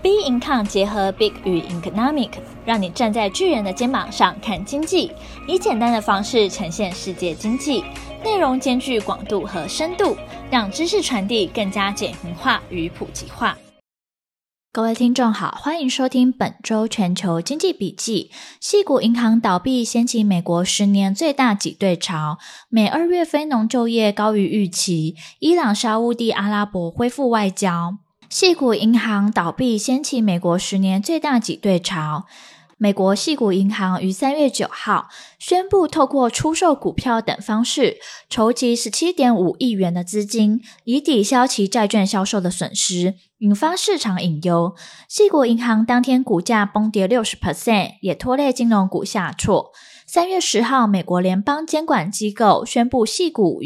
Big Income 结合 Big 与 Economic， 让你站在巨人的肩膀上看经济，以简单的方式呈现世界经济，内容兼具广度和深度，让知识传递更加简明化与普及化。各位听众好，欢迎收听本周全球经济笔记。矽谷银行倒闭掀起美国10年最大挤兑潮，美2月非农就业高于预期，伊朗沙乌地阿拉伯恢复外交。矽谷银行倒闭掀起美国10年最大挤兑潮。美国矽谷银行于3月9号宣布透过出售股票等方式筹集 17.5 亿元的资金，以抵消其债券销售的损失，引发市场隐忧。矽谷银行当天股价崩跌 60%， 也拖累金融股下挫。3月10号，美国联邦监管机构宣布矽谷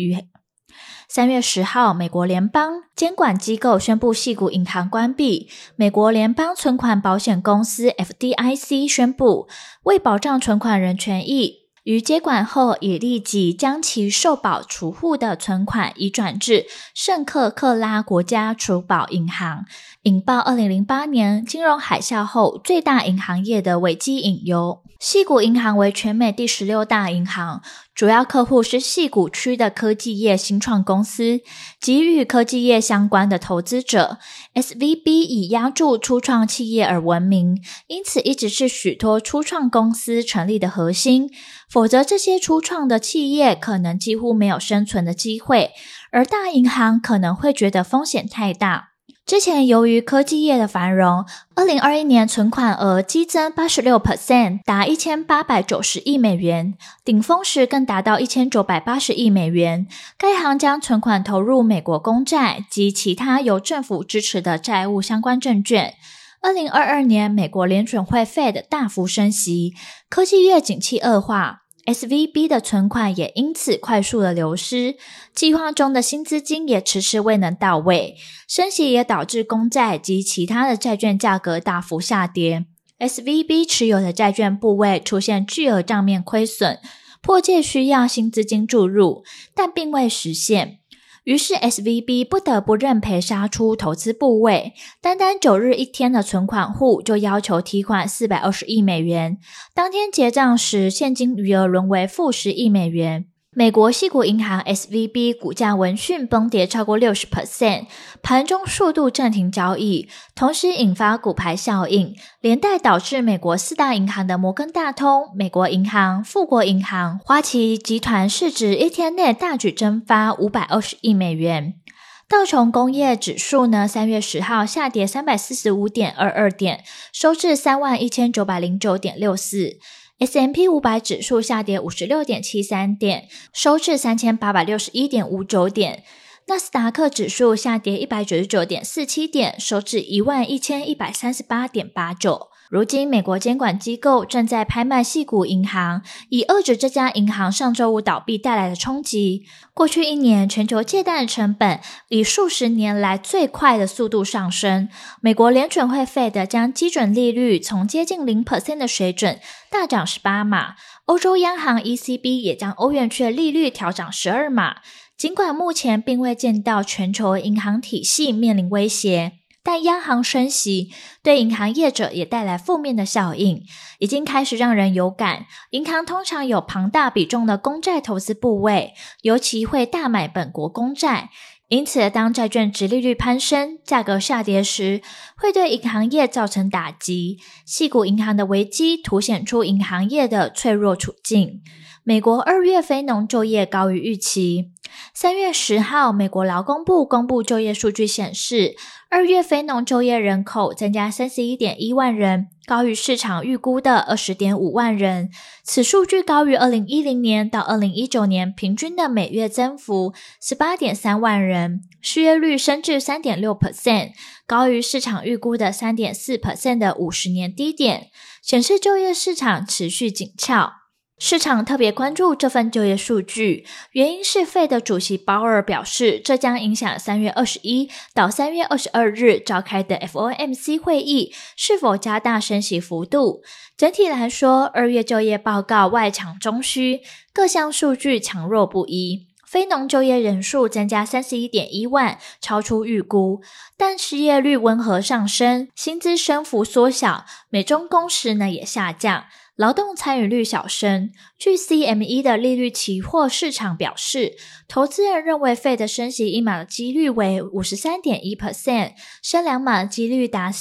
银行关闭。美国联邦存款保险公司 FDIC 宣布，为保障存款人权益，于接管后已立即将其受保储户的存款移转至圣克克拉国家储保银行，引爆2008年金融海啸后最大银行业的危机隐忧。矽谷银行为全美第16大银行，主要客户是矽谷区的科技业新创公司及与科技业相关的投资者。 SVB 以押注初创企业而闻名，因此一直是许多初创公司成立的核心，否则这些初创的企业可能几乎没有生存的机会，而大银行可能会觉得风险太大。之前由于科技业的繁荣，2021年存款额激增 86%， 达1890亿美元，顶峰时更达到1980亿美元。该行将存款投入美国公债及其他由政府支持的债务相关证券。2022年，美国联准会 Fed 大幅升息，科技业景气恶化，SVB 的存款也因此快速的流失，计划中的新资金也迟迟未能到位，升息也导致公债及其他的债券价格大幅下跌。SVB 持有的债券部位出现巨额账面亏损，迫切需要新资金注入，但并未实现。于是 SVB 不得不认赔杀出投资部位，单9日一天的存款户就要求提款420亿美元，当天结账时现金余额沦为负10亿美元。美国矽谷银行 SVB 股价闻讯崩跌超过 60%， 盘中数度暂停交易，同时引发骨牌效应，连带导致美国4大银行的摩根大通、美国银行、富国银行、花旗集团市值一天内大举蒸发520亿美元。道琼工业指数呢，3月10号下跌 345.22 点，收至31,909.64。S&P 500指数下跌 56.73 点，收至 3861.59 点。纳斯达克指数下跌 199.47 点，收至 11,138.89。如今美国监管机构正在拍卖矽谷银行，以遏制这家银行上周五倒闭带来的冲击。过去1年，全球借贷的成本以数十年来最快的速度上升。美国联准会 Fed 将基准利率从接近 0% 的水准大涨18码，欧洲央行 ECB 也将欧元区的利率调涨12码。尽管目前并未见到全球银行体系面临威胁，但央行升息对银行业者也带来负面的效应，已经开始让人有感。银行通常有庞大比重的公债投资部位，尤其会大买本国公债，因此当债券殖利率攀升，价格下跌时，会对银行业造成打击。矽谷银行的危机凸显出银行业的脆弱处境。美国2月非农就业高于预期。3月10号，美国劳工部公布就业数据显示，2月非农就业人口增加 31.1 万人，高于市场预估的 20.5 万人。此数据高于2010年到2019年平均的每月增幅 18.3 万人，失业率升至 3.6%， 高于市场预估的 3.4% 的50年低点，显示就业市场持续紧俏。市场特别关注这份就业数据，原因是Fed主席鲍尔表示，这将影响3月21到3月22日召开的 FOMC 会议是否加大升息幅度。整体来说，2月就业报告外强中虚，各项数据强弱不一。 非农就业人数增加 31.1 万，超出预估，但失业率温和上升，薪资升幅缩小，美中工时呢也下降，劳动参与率小升。据 CME 的利率期货市场表示，投资人认为 Fed 升息1码的几率为 53.1%， 升2码的几率达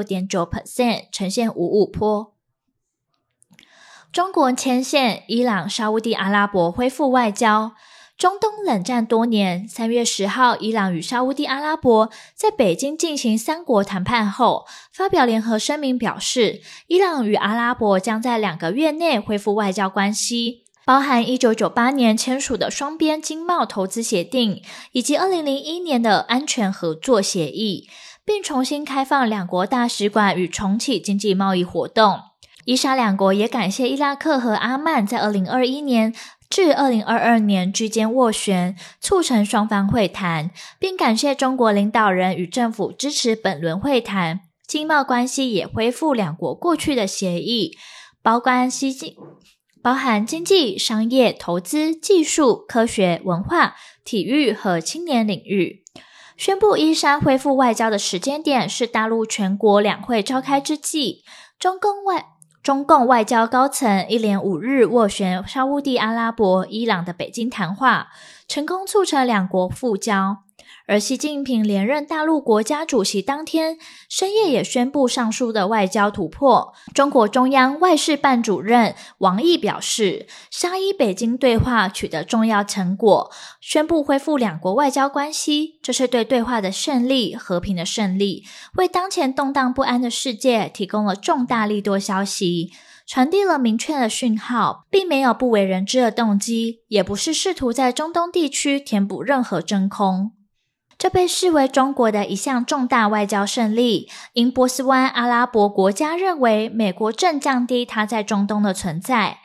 46.9%， 呈现五五波。中国牵线，伊朗、沙烏地阿拉伯恢复外交。中东冷战多年，3月10号，伊朗与沙烏地阿拉伯在北京进行3国谈判后，发表联合声明表示，伊朗与阿拉伯将在2个月内恢复外交关系，包含1998年签署的双边经贸投资协定，以及2001年的安全合作协议，并重新开放2国大使馆与重启经济贸易活动。伊沙2国也感谢伊拉克和阿曼在2021年至2022年居间斡旋，促成双方会谈，并感谢中国领导人与政府支持本轮会谈。经贸关系也恢复2国过去的协议，包含经济、商业、投资、技术、科学、文化、体育和青年领域。宣布伊沙恢复外交的时间点是大陆全国两会召开之际，中共外交高层一连5日斡旋沙烏地阿拉伯、伊朗的北京谈话，成功促成2国复交。而习近平连任大陆国家主席当天，深夜也宣布上述的外交突破。中国中央外事办主任王毅表示，沙伊北京对话取得重要成果，宣布恢复2国外交关系，这是对对话的胜利、和平的胜利，为当前动荡不安的世界提供了重大利多消息，传递了明确的讯号，并没有不为人知的动机，也不是试图在中东地区填补任何真空。这被视为中国的一项重大外交胜利，因波斯湾阿拉伯国家认为美国正降低它在中东的存在。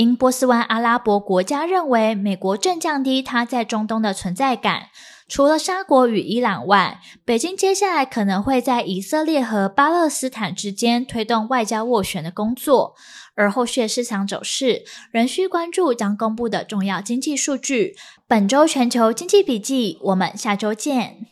除了沙国与伊朗外，北京接下来可能会在以色列和巴勒斯坦之间推动外交斡旋的工作，而后续市场走势仍需关注将公布的重要经济数据。本周全球经济笔记，我们下周见。